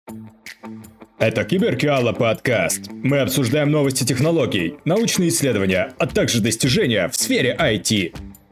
Это Киберкиала подкаст. Мы обсуждаем новости технологий, научные исследования, а также достижения в сфере IT.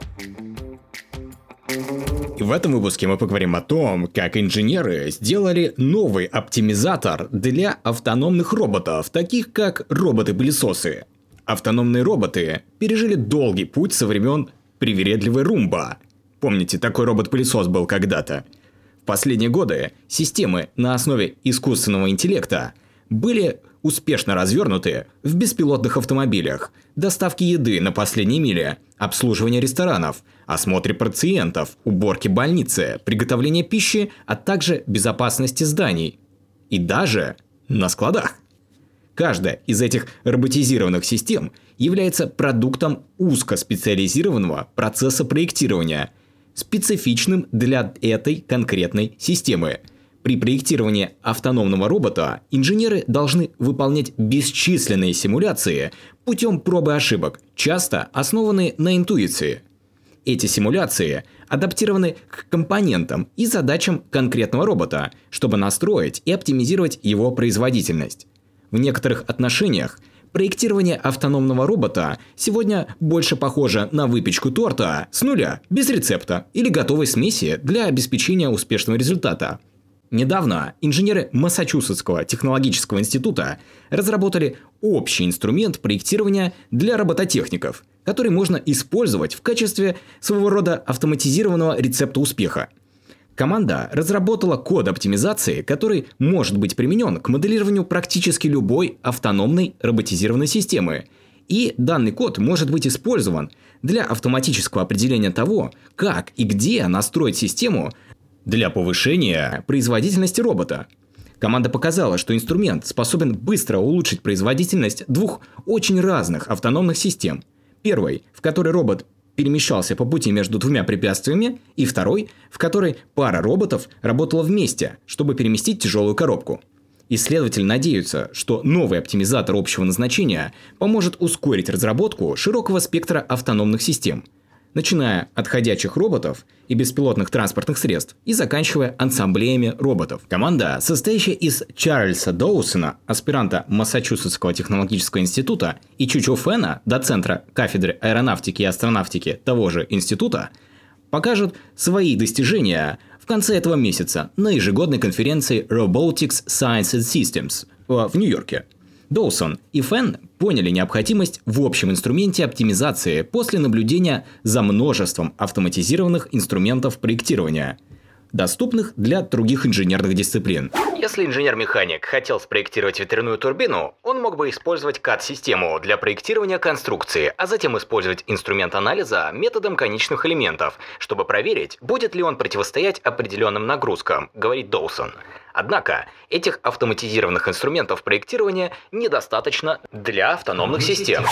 И в этом выпуске мы поговорим о том, как инженеры сделали новый оптимизатор для автономных роботов, таких как роботы-пылесосы. Автономные роботы пережили долгий путь со времен привередливой Румба. Помните, такой робот-пылесос был когда-то? В последние годы системы на основе искусственного интеллекта были успешно развернуты в беспилотных автомобилях, доставке еды на последней миле, обслуживание ресторанов, осмотре пациентов, уборке больницы, приготовление пищи, а также безопасности зданий. И даже на складах. Каждая из этих роботизированных систем является продуктом узкоспециализированного процесса проектирования, специфичным для этой конкретной системы. При проектировании автономного робота инженеры должны выполнять бесчисленные симуляции путем пробы и ошибок, часто основанные на интуиции. Эти симуляции адаптированы к компонентам и задачам конкретного робота, чтобы настроить и оптимизировать его производительность. В некоторых отношениях проектирование автономного робота сегодня больше похоже на выпечку торта с нуля, без рецепта или готовой смеси для обеспечения успешного результата. Недавно инженеры Массачусетского технологического института разработали общий инструмент проектирования для робототехников, который можно использовать в качестве своего рода автоматизированного рецепта успеха. Команда разработала код оптимизации, который может быть применен к моделированию практически любой автономной роботизированной системы. И данный код может быть использован для автоматического определения того, как и где настроить систему для повышения производительности робота. Команда показала, что инструмент способен быстро улучшить производительность двух очень разных автономных систем. Первой, в которой робот перемещался по пути между двумя препятствиями, и второй, в которой пара роботов работала вместе, чтобы переместить тяжелую коробку. Исследователи надеются, что новый оптимизатор общего назначения поможет ускорить разработку широкого спектра автономных систем, начиная от ходячих роботов и беспилотных транспортных средств и заканчивая ансамблеями роботов. Команда, состоящая из Чарльза Доусона, аспиранта Массачусетского технологического института, и Чучо Фэна, доцентра кафедры аэронавтики и астронавтики того же института, покажут свои достижения в конце этого месяца на ежегодной конференции Robotics Science and Systems в Нью-Йорке. Доусон и Фэн поняли необходимость в общем инструменте оптимизации после наблюдения за множеством автоматизированных инструментов проектирования, доступных для других инженерных дисциплин. Если инженер-механик хотел спроектировать ветряную турбину, он мог бы использовать CAD-систему для проектирования конструкции, а затем использовать инструмент анализа методом конечных элементов, чтобы проверить, будет ли он противостоять определенным нагрузкам, говорит Доусон. Однако, этих автоматизированных инструментов проектирования недостаточно для автономных систем.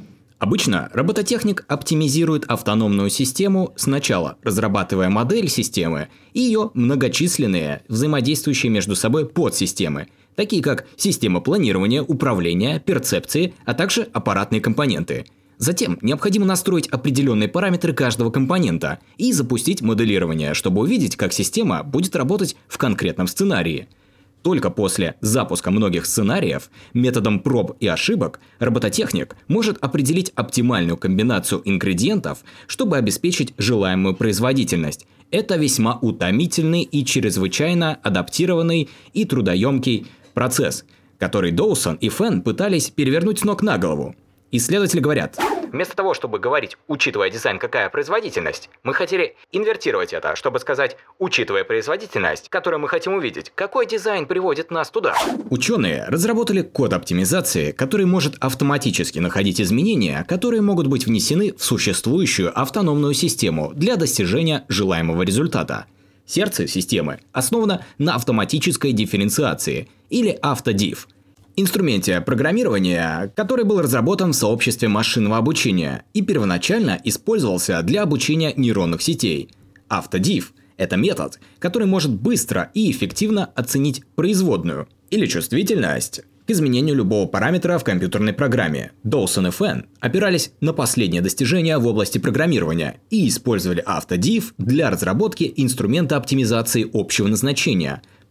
Обычно робототехник оптимизирует автономную систему, сначала разрабатывая модель системы и ее многочисленные взаимодействующие между собой подсистемы, такие как система планирования, управления, перцепции, а также аппаратные компоненты. Затем необходимо настроить определенные параметры каждого компонента и запустить моделирование, чтобы увидеть, как система будет работать в конкретном сценарии. Только после запуска многих сценариев методом проб и ошибок робототехник может определить оптимальную комбинацию ингредиентов, чтобы обеспечить желаемую производительность. Это весьма утомительный и чрезвычайно адаптированный и трудоемкий процесс, который Доусон и Фэн пытались перевернуть с ног на голову. Исследователи говорят: вместо того, чтобы говорить, учитывая дизайн, какая производительность, мы хотели инвертировать это, чтобы сказать, учитывая производительность, которую мы хотим увидеть, какой дизайн приводит нас туда. Ученые разработали код оптимизации, который может автоматически находить изменения, которые могут быть внесены в существующую автономную систему для достижения желаемого результата. Сердце системы основано на автоматической дифференциации, или автодиф, инструменте программирования, который был разработан в сообществе машинного обучения и первоначально использовался для обучения нейронных сетей. Автодиф – это метод, который может быстро и эффективно оценить производную или чувствительность к изменению любого параметра в компьютерной программе. Доусон и Фэн опирались на последние достижения в области программирования и использовали автодиф для разработки инструмента оптимизации общего назначения,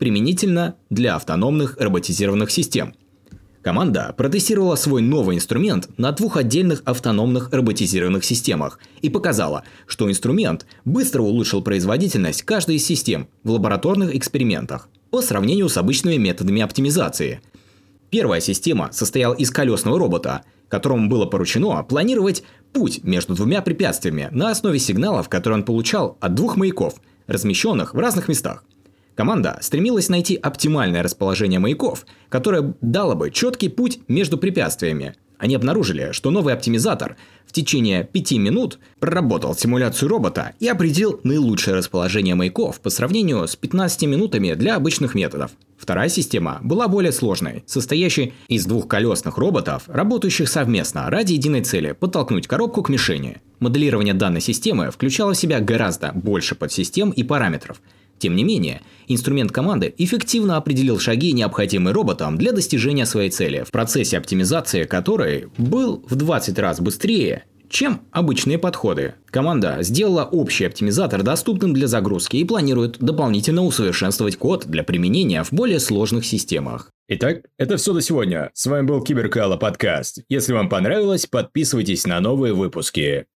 применительно для автономных роботизированных систем. Команда протестировала свой новый инструмент на 2 отдельных автономных роботизированных системах и показала, что инструмент быстро улучшил производительность каждой из систем в лабораторных экспериментах по сравнению с обычными методами оптимизации. Первая система состояла из колесного робота, которому было поручено планировать путь между 2 препятствиями на основе сигналов, которые он получал от 2 маяков, размещенных в разных местах. Команда стремилась найти оптимальное расположение маяков, которое дало бы четкий путь между препятствиями. Они обнаружили, что новый оптимизатор в течение 5 минут проработал симуляцию робота и определил наилучшее расположение маяков по сравнению с 15 минутами для обычных методов. Вторая система была более сложной, состоящей из 2 колесных роботов, работающих совместно ради единой цели – подтолкнуть коробку к мишени. Моделирование данной системы включало в себя гораздо больше подсистем и параметров. Тем не менее, инструмент команды эффективно определил шаги, необходимые роботам для достижения своей цели, в процессе оптимизации которой был в 20 раз быстрее, чем обычные подходы. Команда сделала общий оптимизатор доступным для загрузки и планирует дополнительно усовершенствовать код для применения в более сложных системах. Итак, это все до сегодня. С вами был Киберкало подкаст. Если вам понравилось, подписывайтесь на новые выпуски.